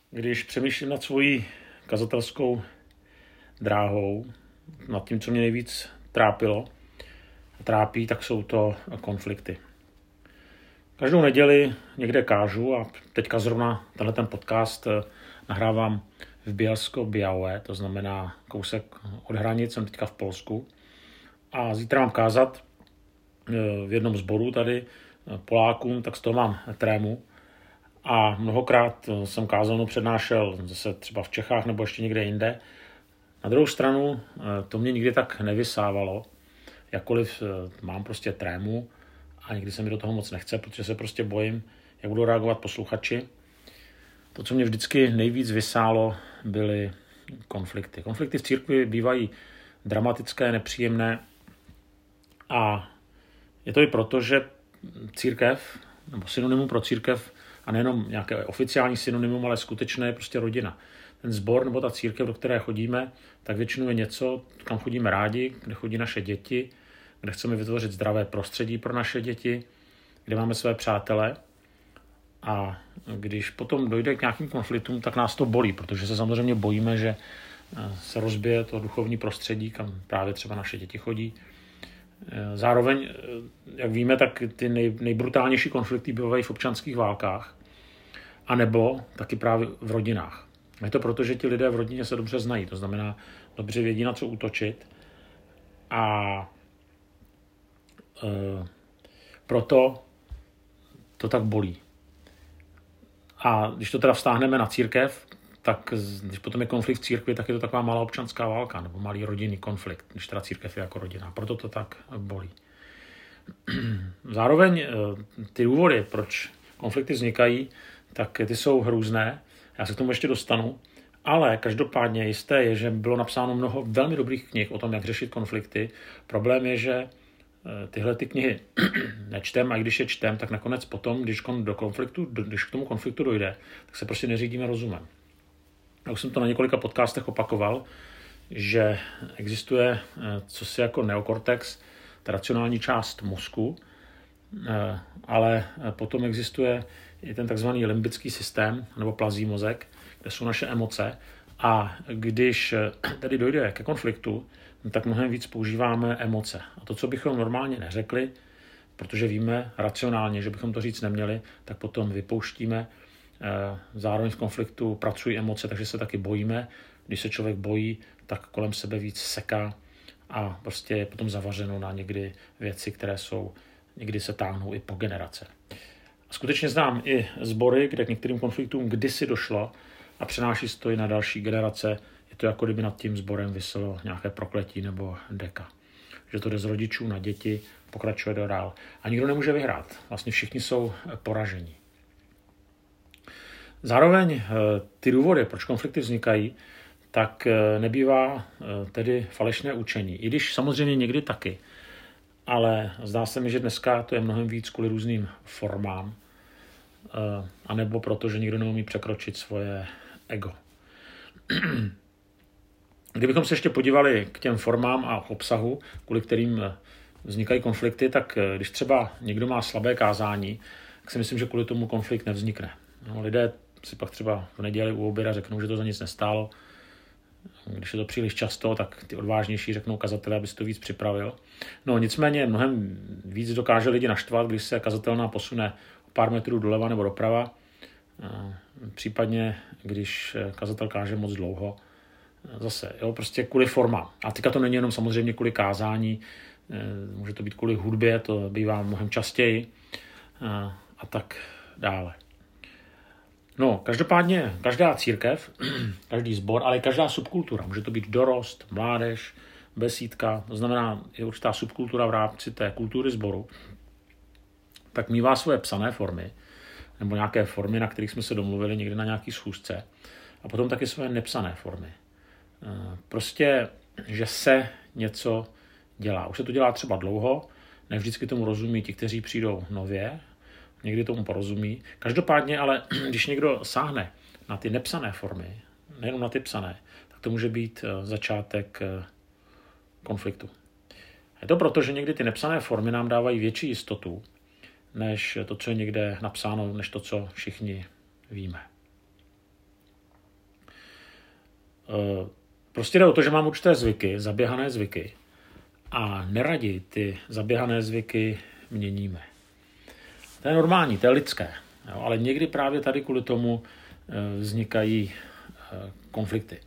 Když přemýšlím nad svojí kazatelskou dráhou, nad tím, co mě nejvíc trápí, tak jsou to konflikty. Každou neděli někde kážu a teďka zrovna tenhle podcast nahrávám v Bielsko-Białé, to znamená kousek od hranic, jsem teďka v Polsku. A zítra mám kázat v jednom sboru tady Polákům, tak z toho mám trému. A mnohokrát jsem kázalnu přednášel zase třeba v Čechách nebo ještě někde jinde. Na druhou stranu to mě nikdy tak nevysávalo, jakkoliv mám prostě trému a nikdy se mi do toho moc nechce, protože se prostě bojím, jak budou reagovat posluchači. To, co mě vždycky nejvíc vysálo, byly konflikty. Konflikty v církvi bývají dramatické, nepříjemné a je to i proto, že církev, nebo synonymum pro církev, a nejenom nějaké oficiální synonymum, ale skutečné je prostě rodina. Ten sbor nebo ta církev, do které chodíme, tak většinou je něco, kam chodíme rádi, kde chodí naše děti, kde chceme vytvořit zdravé prostředí pro naše děti, kde máme své přátele. A když potom dojde k nějakým konfliktům, tak nás to bolí, protože se samozřejmě bojíme, že se rozbije to duchovní prostředí, kam právě třeba naše děti chodí. Zároveň, jak víme, tak ty nejbrutálnější konflikty bývají v občanských válkách, anebo taky právě v rodinách. Je to proto, že ti lidé v rodině se dobře znají, to znamená, dobře vědí, na co útočit a proto to tak bolí. A když to teda vztáhneme na církev, tak když potom je konflikt v církvi, tak je to taková malá občanská válka nebo malý rodinný konflikt, když teda církev je jako rodina. Proto to tak bolí. Zároveň ty důvody, proč konflikty vznikají, tak ty jsou hrůzné. Já se k tomu ještě dostanu. Ale každopádně jisté je, že bylo napsáno mnoho velmi dobrých knih o tom, jak řešit konflikty. Problém je, že tyhle ty knihy nečtem a když je čtem, tak nakonec potom, když k tomu konfliktu dojde, tak se prostě neřídíme rozumem. Já už jsem to na několika podcastech opakoval, že existuje cosi jako neokortex, ta racionální část mozku, ale potom existuje i ten takzvaný limbický systém, nebo plazí mozek, kde jsou naše emoce. A když tedy dojde ke konfliktu, tak mnohem víc používáme emoce. A to, co bychom normálně neřekli, protože víme racionálně, že bychom to říct neměli, tak potom vypouštíme. Zároveň v konfliktu pracují emoce, takže se taky bojíme. Když se člověk bojí, tak kolem sebe víc seká a prostě je potom zavařeno na někdy věci, které jsou, někdy se táhnou i po generace. A skutečně znám i sbory, kde k některým konfliktům kdysi došlo a přenáší se to i na další generace. Je to jako kdyby nad tím sborem viselo nějaké prokletí nebo deka. Že to jde z rodičů na děti, pokračuje dál. A nikdo nemůže vyhrát. Vlastně všichni jsou poražení. Zároveň ty důvody, proč konflikty vznikají, tak nebývá tedy falešné učení. I když samozřejmě někdy taky. Ale zdá se mi, že dneska to je mnohem víc kvůli různým formám, anebo proto, že někdo neumí překročit svoje ego. Kdybychom se ještě podívali k těm formám a obsahu, kvůli kterým vznikají konflikty, tak když třeba někdo má slabé kázání, tak si myslím, že kvůli tomu konflikt nevznikne. No, lidé si pak třeba v neděli u oběda řeknou, že to za nic nestálo. Když je to příliš často, tak ty odvážnější řeknou kazateli, aby si to víc připravil. No nicméně mnohem víc dokáže lidi naštvat, když se kazatelná posune o pár metrů doleva nebo doprava. Případně, když kazatel káže moc dlouho. Zase, jo, prostě kvůli formám. A teďka to není jenom samozřejmě kvůli kázání, může to být kvůli hudbě, to bývá mnohem častěji a tak dále. No, každopádně každá církev, každý sbor, ale i každá subkultura, může to být dorost, mládež, besídka, to znamená je určitá subkultura v rámci té kultury sboru, tak mívá svoje psané formy, nebo nějaké formy, na kterých jsme se domluvili někdy na nějaký schůzce, a potom taky svoje nepsané formy. Prostě, že se něco dělá. Už se to dělá třeba dlouho, ne vždycky tomu rozumí ti, kteří přijdou nově, někdy tomu porozumí. Každopádně, ale když někdo sáhne na ty nepsané formy, nejenom na ty psané, tak to může být začátek konfliktu. Je to proto, že někdy ty nepsané formy nám dávají větší jistotu, než to, co je někde napsáno, než to, co všichni víme. Prostě jde o to, že mám určité zvyky, zaběhané zvyky a neradi ty zaběhané zvyky měníme. To je normální, to je lidské, jo, ale někdy právě tady kvůli tomu vznikají konflikty.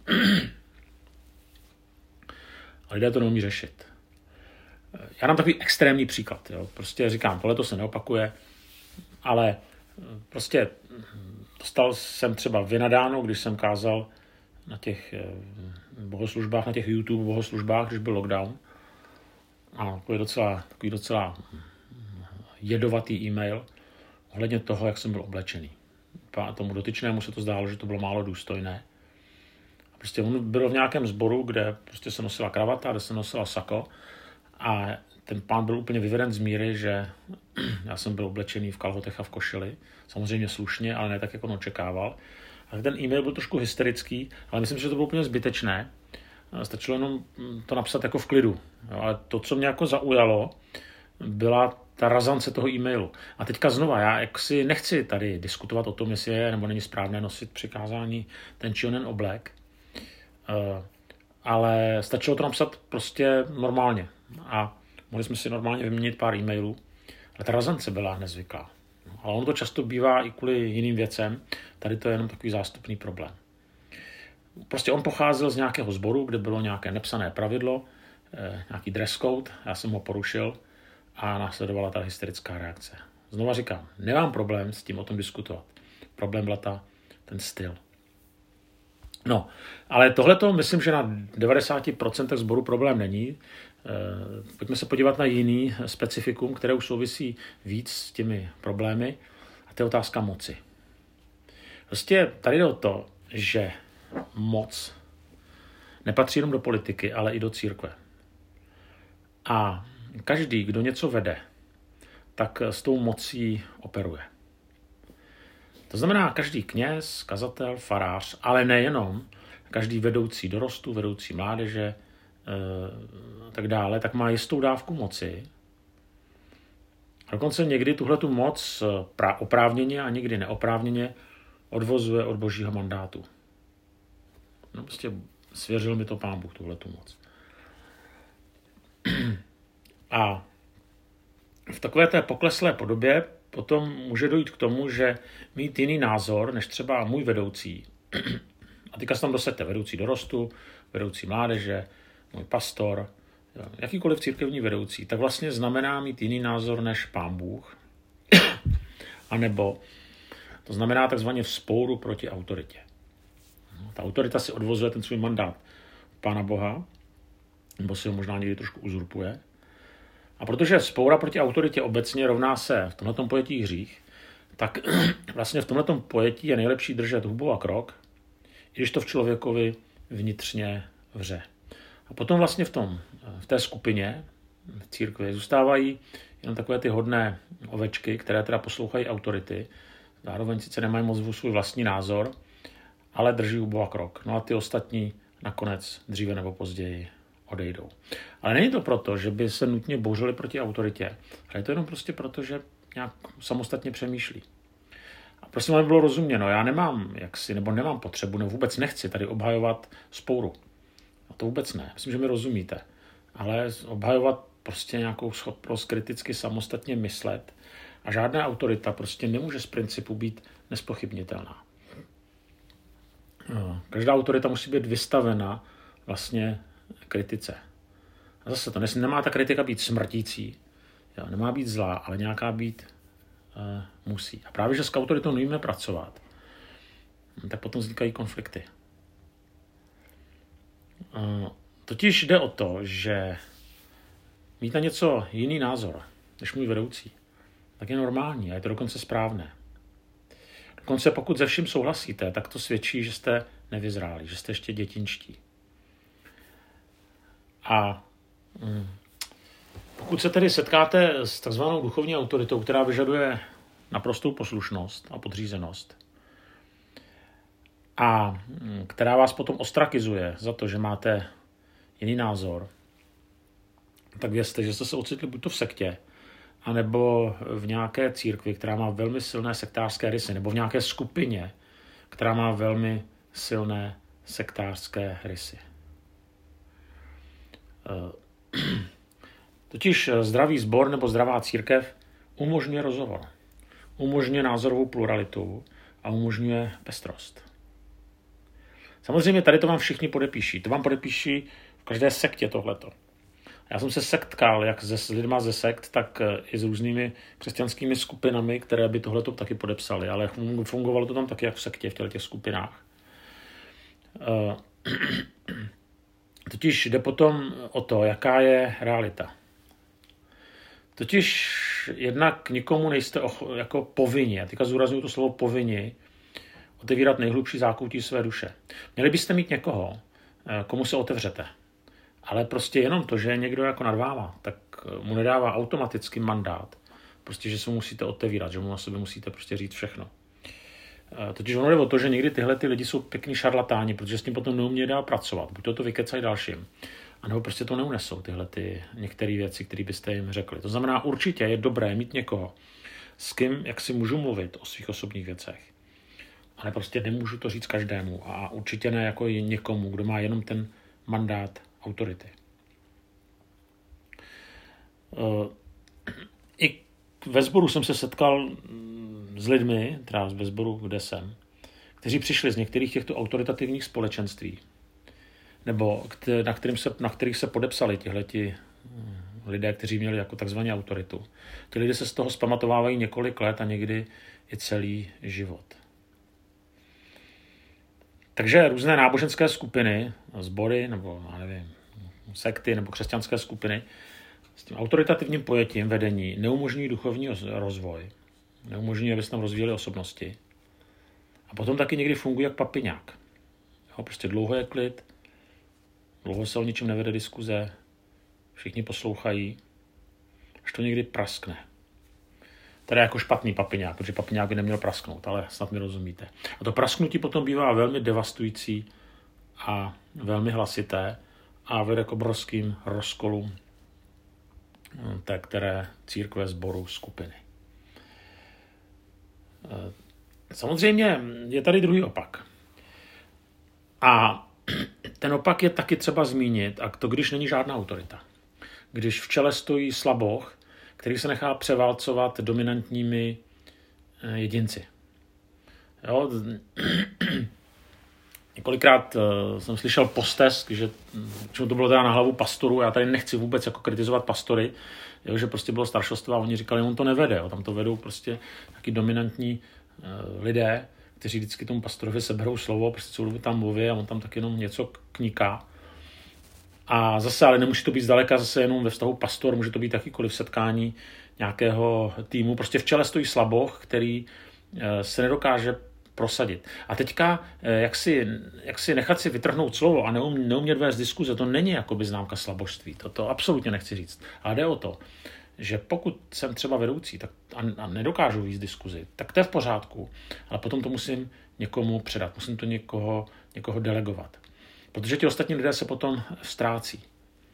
A lidé to neumí řešit. Já dám takový extrémní příklad. Jo. Prostě říkám, tohle to se neopakuje, ale prostě dostal jsem třeba vynadáno, když jsem kázal na těch bohoslužbách, na těch YouTube bohoslužbách, když byl lockdown. A takový docela jedovatý e-mail ohledně toho, jak jsem byl oblečený. A tomu dotyčnému se to zdálo, že to bylo málo důstojné. A prostě on byl v nějakém sboru, kde prostě se nosila kravata, kde se nosila sako a ten pán byl úplně vyveden z míry, že já jsem byl oblečený v kalhotech a v košili. Samozřejmě slušně, ale ne tak, jak on očekával. A ten e-mail byl trošku hysterický, ale myslím, že to bylo úplně zbytečné. Stačilo jenom to napsat jako v klidu. Jo, ale to, co mě jako zaujalo, byla ta razance toho e-mailu. A teďka znova, já jaksi nechci tady diskutovat o tom, jestli je nebo není správné nosit přikázání ten či onen oblek, ale stačilo to napsat prostě normálně. A mohli jsme si normálně vyměnit pár e-mailů, ale ta razance byla nezvyklá. Ale ono to často bývá i kvůli jiným věcem, tady to je jenom takový zástupný problém. Prostě on pocházel z nějakého sboru, kde bylo nějaké nepsané pravidlo, nějaký dress code, já jsem ho porušil a následovala ta hysterická reakce. Znova říkám, nemám problém s tím o tom diskutovat. Problém byla ten styl. No, ale tohleto myslím, že na 90% sboru problém není. Pojďme se podívat na jiný specifikum, které už souvisí víc s těmi problémy, a to je otázka moci. Prostě tady jde o to, že moc nepatří jenom do politiky, ale i do církve. A každý, kdo něco vede, tak s tou mocí operuje. To znamená, každý kněz, kazatel, farář, ale nejenom, každý vedoucí dorostu, vedoucí mládeže a tak dále, tak má jistou dávku moci. A dokonce někdy tuhletu moc oprávněně a někdy neoprávněně odvozuje od božího mandátu. No prostě svěřil mi to Pán Bůh, tuhletu moc. A v takové té pokleslé podobě potom může dojít k tomu, že mít jiný názor, než třeba můj vedoucí, a teďka se tam dosaďte vedoucí dorostu, vedoucí mládeže, můj pastor, jakýkoliv církevní vedoucí, tak vlastně znamená mít jiný názor než Pán Bůh, anebo to znamená takzvaně vzpouru proti autoritě. Ta autorita si odvozuje ten svůj mandát Pána Boha, nebo si ho možná někdy trošku uzurpuje. A protože vzpoura proti autoritě obecně rovná se v tomhletom pojetí hřích, tak vlastně v tomhletom pojetí je nejlepší držet hubu a krok, i když to v člověkovi vnitřně vře. A potom vlastně v té skupině, v církvi, zůstávají jenom takové ty hodné ovečky, které teda poslouchají autority, zároveň sice nemají moc svůj vlastní názor, ale drží hubu a krok. No a ty ostatní nakonec dříve nebo později odejdou. Ale není to proto, že by se nutně bouřili proti autoritě, ale je to jenom prostě proto, že nějak samostatně přemýšlí. A prostě mi bylo rozuměno, já nemám potřebu, nebo vůbec nechci tady obhajovat spouru. A to vůbec ne, myslím, že mi rozumíte. Ale obhajovat prostě nějakou schopnost kriticky samostatně myslet a žádná autorita prostě nemůže z principu být nespochybnitelná. Každá autorita musí být vystavena vlastně kritice. A zase to nemá ta kritika být smrtící, jo, nemá být zlá, ale nějaká být musí. A právě, že s autoritou nevíme pracovat, tak potom vznikají konflikty. Totiž jde o to, že mít na něco jiný názor než můj vedoucí, tak je normální a je to dokonce správné. Dokonce pokud se vším souhlasíte, tak to svědčí, že jste nevyzráli, že jste ještě dětinčtí. A pokud se tedy setkáte s takzvanou duchovní autoritou, která vyžaduje naprostou poslušnost a podřízenost a která vás potom ostrakizuje za to, že máte jiný názor, tak vězte, že jste se ocitli buď to v sektě, anebo v nějaké církvi, která má velmi silné sektářské rysy, nebo v nějaké skupině, která má velmi silné sektářské rysy. Totiž zdravý sbor nebo zdravá církev umožňuje rozhovor, umožňuje názorovou pluralitu a umožňuje pestrost. Samozřejmě tady to vám všichni podepíší. To vám podepíší v každé sektě tohleto. Já jsem se setkal jak s lidma ze sekt, tak i s různými křesťanskými skupinami, které by tohleto taky podepsali, ale fungovalo to tam taky jak v sektě, v těch skupinách. Totiž jde potom o to, jaká je realita. Totiž jednak nikomu nejste jako povinni, já teďka zúraznuju to slovo povinni, otevírat nejhlubší zákoutí své duše. Měli byste mít někoho, komu se otevřete. Ale prostě jenom to, že je někdo jako nad váma, tak mu nedává automaticky mandát. Prostě, že se mu musíte otevírat, že mu na sobě musíte prostě říct všechno. Totiž ono jde o to, že někdy tyhle ty lidi jsou pěkný šarlatáni, protože s tím potom neumějí dál pracovat. Buď to vykecají dalším, anebo prostě to neunesou tyhle ty některé věci, které byste jim řekli. To znamená, určitě je dobré mít někoho, s kým, jak si můžu mluvit o svých osobních věcech. Ale prostě nemůžu to říct každému a určitě ne jako někomu, kdo má jenom ten mandát autority. I ve sboru jsem se setkal s lidmi, teda ve sboru, kde jsem, kteří přišli z některých těchto autoritativních společenství, nebo na kterých se podepsali tihleti lidé, kteří měli jako takzvanou autoritu. Ti lidé se z toho zpamatovávají několik let a někdy i celý život. Takže různé náboženské skupiny, sbory, nebo já nevím, sekty nebo křesťanské skupiny s tím autoritativním pojetím vedení neumožňují duchovní rozvoj, neumožňují, aby se tam rozvíjely osobnosti. A potom taky někdy fungují jak papiňák. Prostě dlouho je klid, dlouho se o ničem nevede diskuze, všichni poslouchají, až to někdy praskne. Teda jako špatný papiňák, protože papiňák by neměl prasknout, ale snad mi rozumíte. A to prasknutí potom bývá velmi devastující a velmi hlasité a vede k obrovským rozkolům té které církve, sboru, skupiny. Samozřejmě je tady druhý opak. A ten opak je taky třeba zmínit, a to když není žádná autorita. Když v čele stojí slaboch, který se nechá převálcovat dominantními jedinci. Jo? Několikrát jsem slyšel postesk, že to bylo teda na hlavu pastorů, já tady nechci vůbec jako kritizovat pastory, jo, že prostě bylo staršostvo a oni říkali, on to nevede, jo, tam to vedou prostě taky dominantní lidé, kteří vždycky tomu pastorovi seberou slovo, prostě celou dobu tam mluví a on tam tak jenom něco kniká. A zase, ale nemusí to být zdaleka zase jenom ve vztahu pastor, může to být jakýkoliv setkání nějakého týmu. Prostě v čele stojí slaboch, který se nedokáže prosadit. A teďka, jak si nechat si vytrhnout slovo a neumět vést diskuze, to není jakoby známka slabožství. To absolutně nechci říct. Ale jde o to, že pokud jsem třeba vedoucí tak a nedokážu vést diskuzi, tak to je v pořádku. Ale potom to musím někomu předat. Musím to někoho delegovat. Protože ti ostatní lidé se potom ztrácí.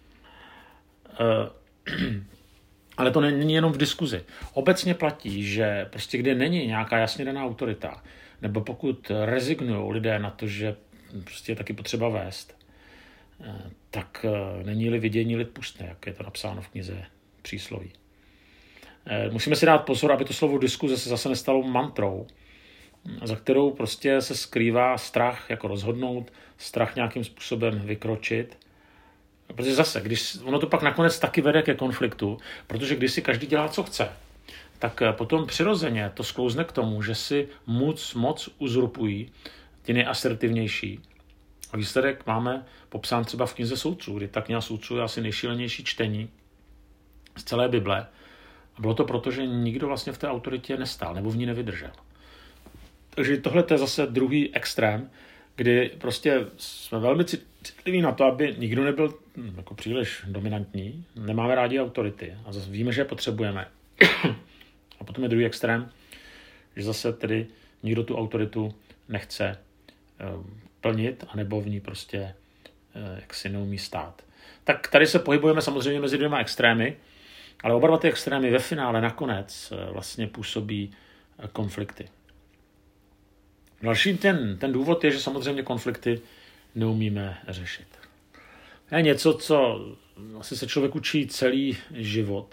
Ale to není jenom v diskuzi. Obecně platí, že prostě kde není nějaká jasně daná autorita, nebo pokud rezignují lidé na to, že prostě je taky potřeba vést, tak není-li vidění lid pustné, jak je to napsáno v knize Přísloví. Musíme si dát pozor, aby to slovo diskuze se zase nestalo mantrou, za kterou prostě se skrývá strach jako rozhodnout, strach nějakým způsobem vykročit. Protože zase, ono to pak nakonec taky vede ke konfliktu, protože když si každý dělá, co chce, tak potom přirozeně to sklouzne k tomu, že si moc uzurpují ti nejasertivnější. A výsledek máme popsán třeba v knize Soudců, kdy ta kniha Soudců je asi nejšílenější čtení z celé Bible. A bylo to proto, že nikdo vlastně v té autoritě nestál, nebo v ní nevydržel. Takže tohle je zase druhý extrém, kdy prostě jsme velmi citliví na to, aby nikdo nebyl jako příliš dominantní, nemáme rádi autority a zase víme, že je potřebujeme. A potom je druhý extrém, že zase tedy nikdo tu autoritu nechce plnit, anebo v ní prostě jaksi neumí stát. Tak tady se pohybujeme samozřejmě mezi dvěma extrémy, ale oba dva ty extrémy ve finále nakonec vlastně působí konflikty. Další ten důvod je, že samozřejmě konflikty neumíme řešit. Je něco, co asi se člověk učí celý život.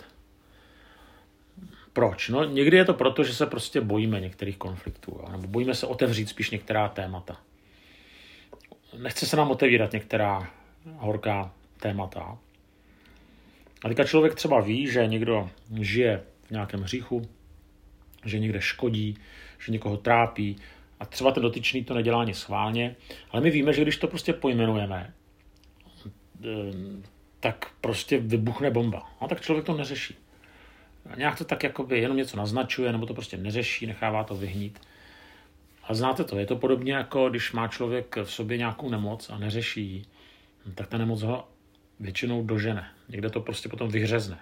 Proč? No, někdy je to proto, že se prostě bojíme některých konfliktů, nebo bojíme se otevřít spíš některá témata. Nechce se nám otevírat některá horká témata. A teďka člověk třeba ví, že někdo žije v nějakém hříchu, že někde škodí, že někoho trápí a třeba ten dotyčný to nedělá ani schválně, ale my víme, že když to prostě pojmenujeme, tak prostě vybuchne bomba. A tak člověk to neřeší. A nějak to tak jakoby jenom něco naznačuje, nebo to prostě neřeší, nechává to vyhnít. A znáte to, je to podobně jako když má člověk v sobě nějakou nemoc a neřeší ji, tak ta nemoc ho většinou dožene. Někde to prostě potom vyhřezne.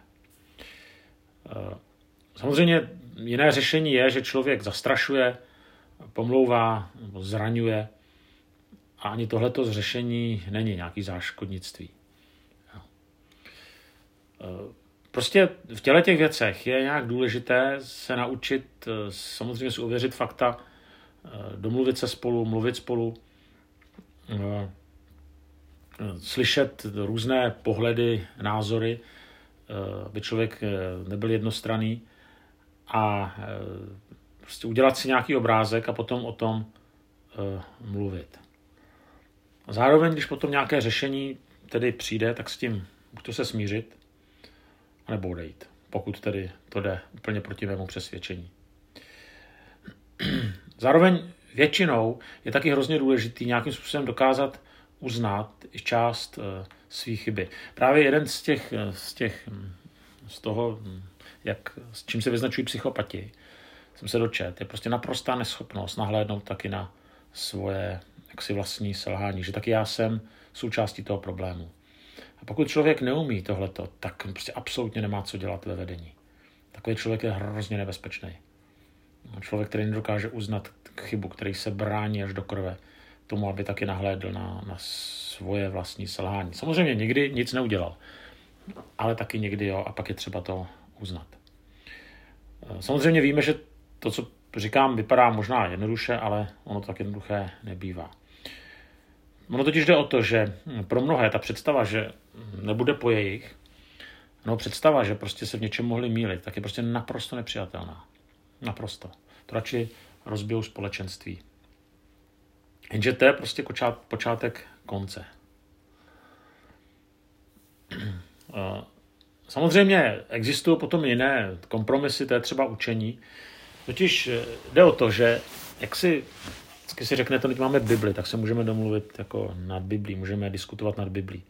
Samozřejmě jiné řešení je, že člověk zastrašuje, pomlouvá, zraňuje a ani tohleto řešení není nějaký záškodnictví. Prostě v těch věcech je nějak důležité se naučit, samozřejmě si ověřit fakta, domluvit se spolu, mluvit spolu, slyšet různé pohledy, názory, aby člověk nebyl jednostranný a prostě udělat si nějaký obrázek a potom o tom mluvit. A zároveň, když potom nějaké řešení tedy přijde, tak s tím buď se smířit, anebo odejít, pokud tedy to jde úplně proti mému přesvědčení. Zároveň většinou je taky hrozně důležitý nějakým způsobem dokázat uznat i část svých chyby. Právě jeden z toho, s čím se vyznačují psychopati, jsem se dočet, je prostě naprostá neschopnost nahlédnout taky na svoje jaksi vlastní selhání, že taky já jsem součástí toho problému. A pokud člověk neumí tohleto, tak prostě absolutně nemá co dělat ve vedení. Takový člověk je hrozně nebezpečný. Člověk, který nedokáže uznat chybu, který se brání až do krve tomu, aby taky nahlédl na svoje vlastní selhání. Samozřejmě někdy nic neudělal, ale taky někdy jo, a pak je třeba to uznat. Samozřejmě víme, že to, co říkám, vypadá možná jednoduše, ale ono to tak jednoduché nebývá. Ono totiž jde o to, že pro mnohé ta představa, že nebude po jejich, no představa, že prostě se v něčem mohli mýlit, tak je prostě naprosto nepřijatelná. Naprosto. To radši rozbijou společenství. Jenže to je prostě počátek konce. Samozřejmě existují potom jiné kompromisy, to je třeba učení. Totiž jde o to, že jak si řeknete, teď máme Bibli, tak se můžeme domluvit jako nad Biblí, můžeme diskutovat nad Biblí.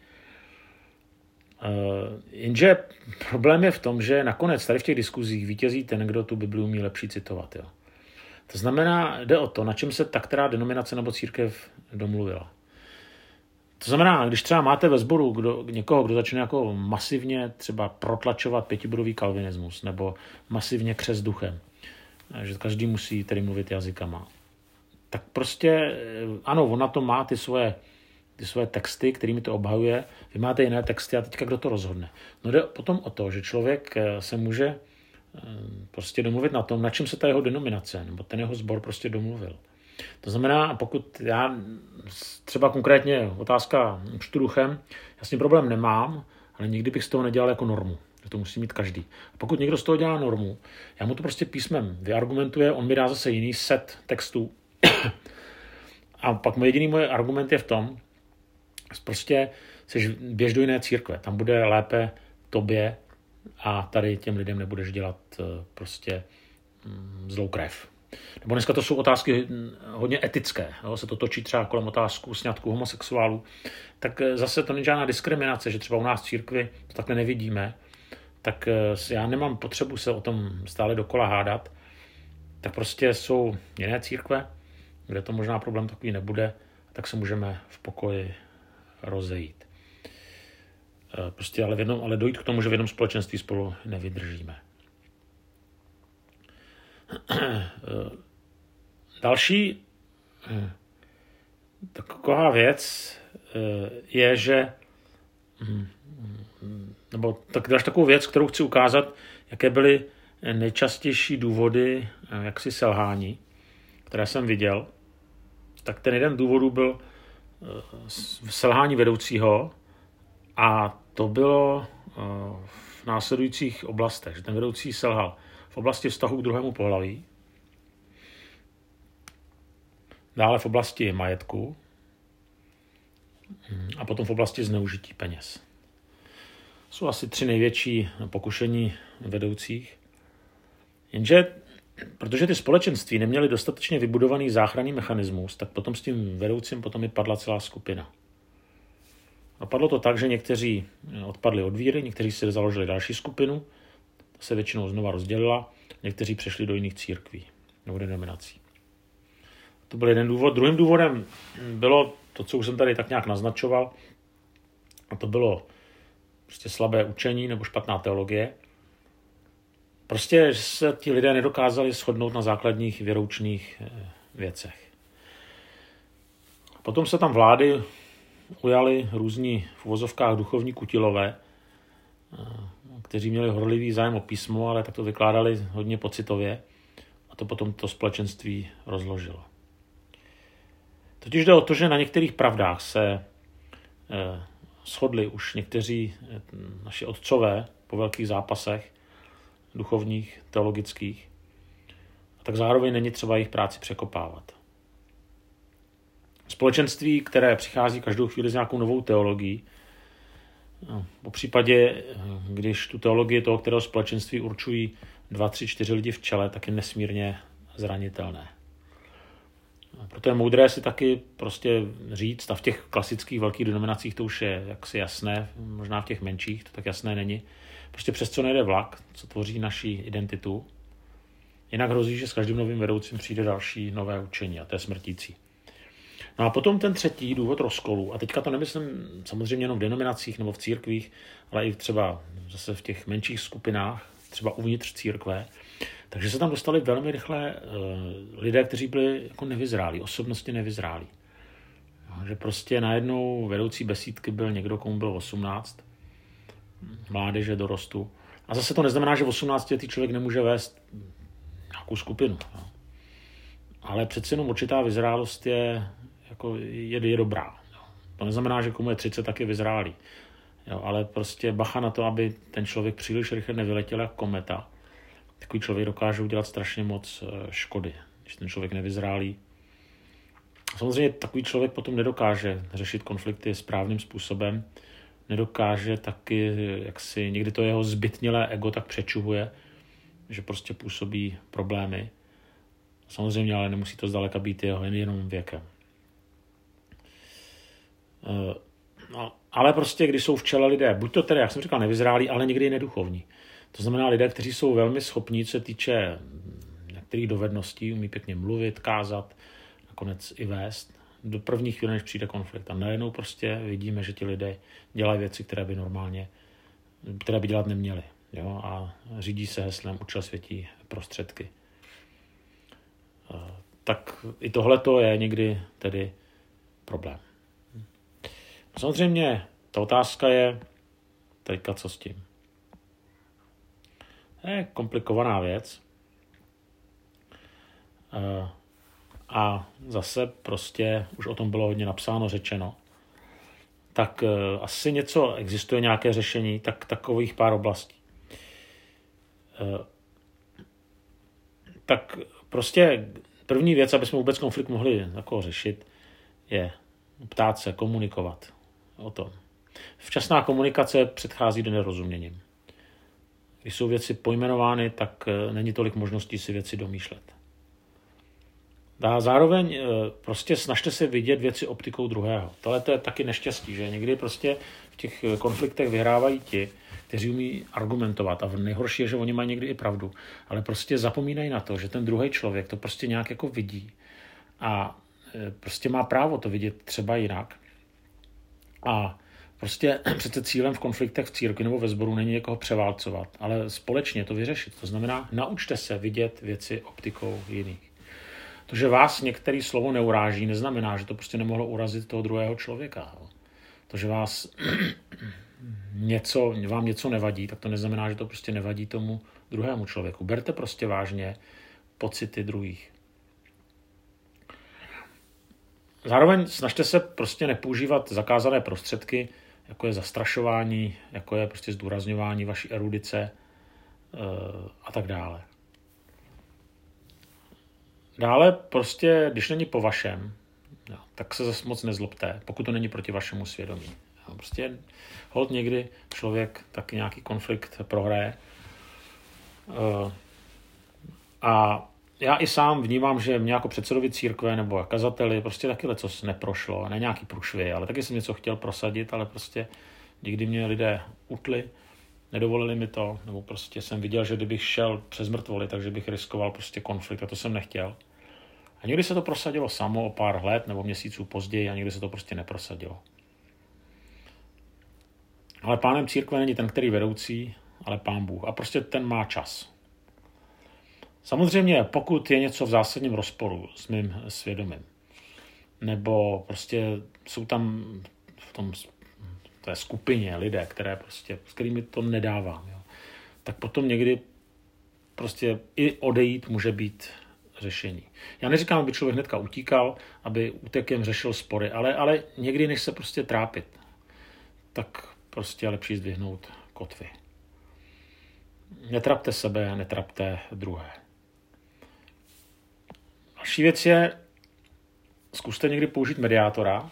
Jenže problém je v tom, že nakonec tady v těch diskuzích vítězí ten, kdo tu Bibli umí lepší citovat. Jo. To znamená, jde o to, na čem se ta která denominace nebo církev domluvila. To znamená, když třeba máte ve sboru někoho, kdo začne jako masivně třeba protlačovat pětibodový kalvinismus nebo masivně křest duchem, že každý musí tedy mluvit jazykama, tak prostě ano, on na to má ty svoje texty, kterými to obhajuje, vy máte jiné texty a teďka kdo to rozhodne. No jde potom o to, že člověk se může prostě domluvit na tom, na čem se ta jeho denominace nebo ten jeho sbor prostě domluvil. To znamená, pokud já třeba konkrétně otázka čtu duchem, já s tím problém nemám, ale nikdy bych z toho nedělal jako normu. Že to musí mít každý. A pokud někdo z toho dělá normu, já mu to prostě písmem vyargumentuje, on mi dá zase jiný set textů. A pak jediný můj argument je v tom, prostě běž do jiné církve, tam bude lépe tobě a tady těm lidem nebudeš dělat prostě zlou krev. Nebo dneska to jsou otázky hodně etické, jo? Se to točí třeba kolem otázku sňatku homosexuálů, tak zase to není žádná diskriminace, že třeba u nás v církvi to takhle nevidíme, tak já nemám potřebu se o tom stále dokola hádat, tak prostě jsou jiné církve, kde to možná problém takový nebude, tak se můžeme v pokoji rozejít. Prostě ale dojít k tomu, že v jednom společenství spolu nevydržíme. Další taková věc je, že nebo takovou věc, kterou chci ukázat, jaké byly nejčastější důvody jaksi selhání, které jsem viděl, tak ten jeden důvodů byl selhání vedoucího a to bylo v následujících oblastech, že ten vedoucí selhal v oblasti vztahu k druhému pohlaví, dále v oblasti majetku a potom v oblasti zneužití peněz. Jsou asi 3 největší pokušení vedoucích. Jenže, protože ty společenství neměly dostatečně vybudovaný záchranný mechanismus, tak potom s tím vedoucím potom i padla celá skupina. A padlo to tak, že někteří odpadli od víry, někteří si založili další skupinu, ta se většinou znova rozdělila, někteří přešli do jiných církví nebo denominací. To byl jeden důvod. Druhým důvodem bylo to, co už jsem tady tak nějak naznačoval, a to bylo prostě slabé učení nebo špatná teologie. Prostě se ti lidé nedokázali shodnout na základních věroučných věcech. Potom se tam vlády ujali různí v uvozovkách duchovní kutilové, kteří měli horlivý zájem o písmo, ale tak to vykládali hodně pocitově a to potom to společenství rozložilo. Totiž jde o to, že na některých pravdách se shodli už někteří naši otcové po velkých zápasech duchovních, teologických, a tak zároveň není třeba jejich práci překopávat. Společenství, které přichází každou chvíli s nějakou novou teologií, po případě, když tu teologii toho, kterého společenství určují 2, 3, 4 lidi v čele, tak je nesmírně zranitelné. Proto je moudré si taky prostě říct, a v těch klasických velkých denominacích to už je jaksi jasné, možná v těch menších to tak jasné není, prostě přes co nejde vlak, co tvoří naši identitu, jinak hrozí, že s každým novým vedoucím přijde další nové učení a to je smrtící. No a potom ten třetí důvod rozkolu, a teďka to nemyslím samozřejmě jenom v denominacích nebo v církvích, ale i třeba zase v těch menších skupinách, třeba uvnitř církve, takže se tam dostali velmi rychle lidé, kteří byli jako nevyzrálí, osobnostně nevyzrálí. Že prostě najednou vedoucí besídky byl někdo, komu bylo 18, mládeže, dorostu. A zase to neznamená, že v 18letý člověk nemůže vést nějakou skupinu. Ale přeci jenom určitá vyzrálost je dobrá. To neznamená, že komu je 30, tak je vyzrálý. Ale prostě bacha na to, aby ten člověk příliš rychle nevyletěl jak kometa. Takový člověk dokáže udělat strašně moc škody, když ten člověk nevyzrálí. Samozřejmě takový člověk potom nedokáže řešit konflikty správným způsobem, nedokáže taky, někdy to jeho zbytnělé ego tak přečuhuje, že prostě působí problémy. Samozřejmě, ale nemusí to zdaleka být jenom věkem. Ale prostě, když jsou v čele lidé, buď to tedy, jak jsem říkal, nevyzrálí, ale někdy i neduchovní. To znamená lidé, kteří jsou velmi schopní, co se týče některých dovedností, umí pěkně mluvit, kázat, nakonec i vést, do první chvíle, než přijde konflikt. A najednou prostě vidíme, že ti lidé dělají věci, které by dělat neměli. Jo? A řídí se heslem účel světí prostředky. Tak i tohleto je někdy tedy problém. Samozřejmě ta otázka je teďka co s tím. To je komplikovaná věc. A zase prostě už o tom bylo hodně napsáno, řečeno. Tak asi něco existuje, nějaké řešení, tak takových pár oblastí. Tak prostě první věc, aby jsme vůbec konflikt mohli řešit, je ptát se, komunikovat o tom. Včasná komunikace předchází nerozuměním. Když jsou věci pojmenovány, tak není tolik možností si věci domýšlet. A zároveň prostě snažte se vidět věci optikou druhého. Tohle to je taky neštěstí, že někdy prostě v těch konfliktech vyhrávají ti, kteří umí argumentovat a nejhorší je, že oni mají někdy i pravdu, ale prostě zapomínají na to, že ten druhý člověk to prostě nějak jako vidí a prostě má právo to vidět třeba jinak. A prostě přece cílem v konfliktech v církvi nebo ve sboru není někoho převálcovat, ale společně to vyřešit. To znamená, naučte se vidět věci optikou jiných. To, že vás některé slovo neuráží, neznamená, že to prostě nemohlo urazit toho druhého člověka. To, že vám něco nevadí, tak to neznamená, že to prostě nevadí tomu druhému člověku. Berte prostě vážně pocity druhých. Zároveň snažte se prostě nepoužívat zakázané prostředky, jako je zastrašování, jako je prostě zdůrazňování vaší erudice a tak dále. Dále prostě, když není po vašem, tak se zase moc nezlobte, pokud to není proti vašemu svědomí. Prostě holt někdy člověk taky nějaký konflikt prohraje. A já i sám vnímám, že mě jako předsedovi církve nebo kazateli prostě taky lecos neprošlo, ne nějaký průšvih, ale taky jsem něco chtěl prosadit, ale prostě někdy mě lidé utli, nedovolili mi to, nebo prostě jsem viděl, že kdybych šel přes mrtvoly, takže bych riskoval prostě konflikt a to jsem nechtěl. A někdy se to prosadilo samo o pár let nebo měsíců později a někdy se to prostě neprosadilo. Ale pánem církve není ten, který vedoucí, ale pán Bůh. A prostě ten má čas. Samozřejmě, pokud je něco v zásadním rozporu s mým svědomím, nebo prostě jsou tam v té skupině lidé, s kterými to nedávám, jo, tak potom někdy prostě i odejít může být řešení. Já neříkám, aby člověk hnedka utíkal, aby útekem řešil spory, ale někdy, než se prostě trápit, tak prostě je lepší zdvihnout kotvy. Netrapte sebe, netrapte druhé. Další věc je, zkuste někdy použít mediátora.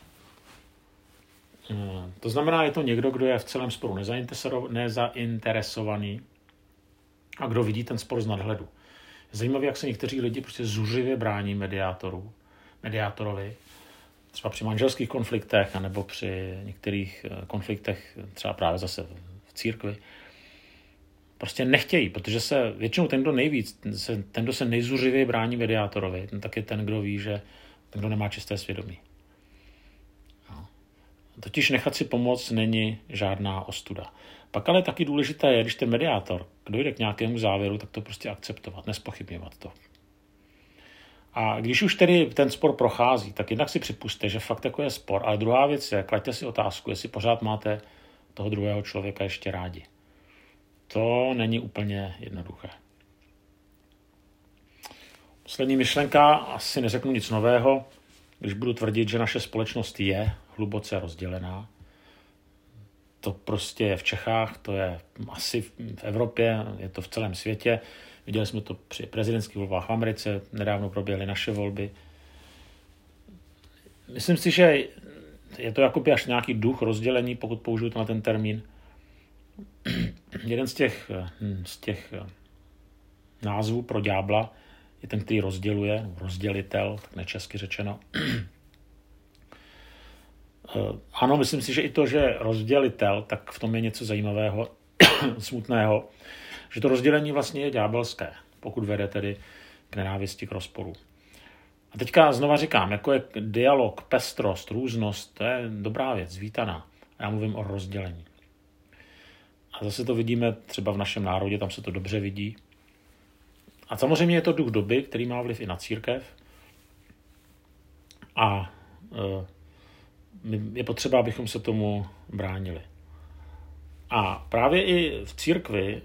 To znamená, je to někdo, kdo je v celém sporu nezainteresovaný a kdo vidí ten spor z nadhledu. Je zajímavé, jak se někteří lidi prostě zuřivě brání mediátorovi, třeba při manželských konfliktech, anebo při některých konfliktech, třeba právě zase v církvi. Prostě nechtějí, protože se většinou ten, kdo se nejzuřivěji brání mediátorovi, ten tak je ten, kdo ví, že ten, kdo nemá čisté svědomí. No. Totiž nechat si pomoct není žádná ostuda. Pak ale taky důležité je, když ten mediátor dojde k nějakému závěru, tak to prostě akceptovat, nespochybňovat to. A když už tedy ten spor prochází, tak jednak si připuste, že fakt jako je spor, ale druhá věc je, klaďte si otázku, jestli pořád máte toho druhého člověka ještě rádi. To není úplně jednoduché. Poslední myšlenka, asi neřeknu nic nového, když budu tvrdit, že naše společnost je hluboce rozdělená. To prostě je v Čechách, to je asi v Evropě, je to v celém světě. Viděli jsme to při prezidentských volbách v Americe, nedávno proběhly naše volby. Myslím si, že je to jakoby až nějaký duch rozdělení, pokud použiju na ten termín. Jeden z těch názvů pro ďábla je ten, který rozděluje, rozdělitel, tak nečesky řečeno. Ano, myslím si, že i to, že rozdělitel, tak v tom je něco zajímavého, smutného, že to rozdělení vlastně je ďábelské, pokud vede tedy k nenávisti, k rozporu. A teďka znova říkám, jako je dialog, pestrost, různost, to je dobrá věc, vítaná. Já mluvím o rozdělení. A zase to vidíme třeba v našem národě, tam se to dobře vidí. A samozřejmě je to duch doby, který má vliv i na církev. A je potřeba, abychom se tomu bránili. A právě i v církvi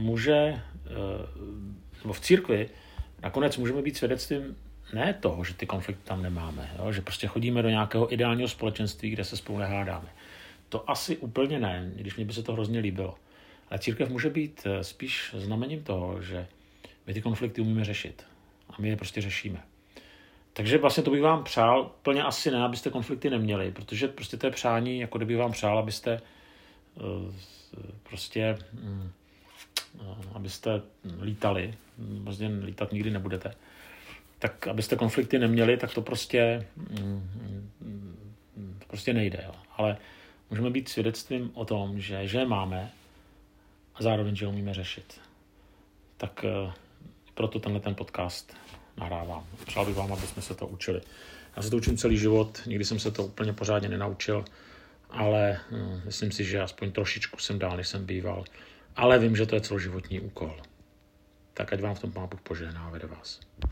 v církvi nakonec můžeme být svědectvím ne toho, že ty konflikty tam nemáme, jo? Že prostě chodíme do nějakého ideálního společenství, kde se spolu nehádáme. To asi úplně ne, když mě by se to hrozně líbilo. Ale církev může být spíš znamením toho, že my ty konflikty umíme řešit. A my je prostě řešíme. Takže vlastně to bych vám přál, plně asi ne, abyste konflikty neměli, protože prostě to je přání, jako kdybych vám přál, abyste abyste lítali, vlastně lítat nikdy nebudete, tak abyste konflikty neměli, tak to prostě nejde. Jo. Ale můžeme být svědectvím o tom, že je máme a zároveň, že umíme řešit. Tak proto ten podcast nahrávám. Přál bych vám, aby jsme se to učili. Já se to učím celý život, nikdy jsem se to úplně pořádně nenaučil, ale myslím si, že aspoň trošičku jsem dál, než jsem býval. Ale vím, že to je celoživotní úkol. Tak ať vám v tom Pán Bůh požehná a vede vás.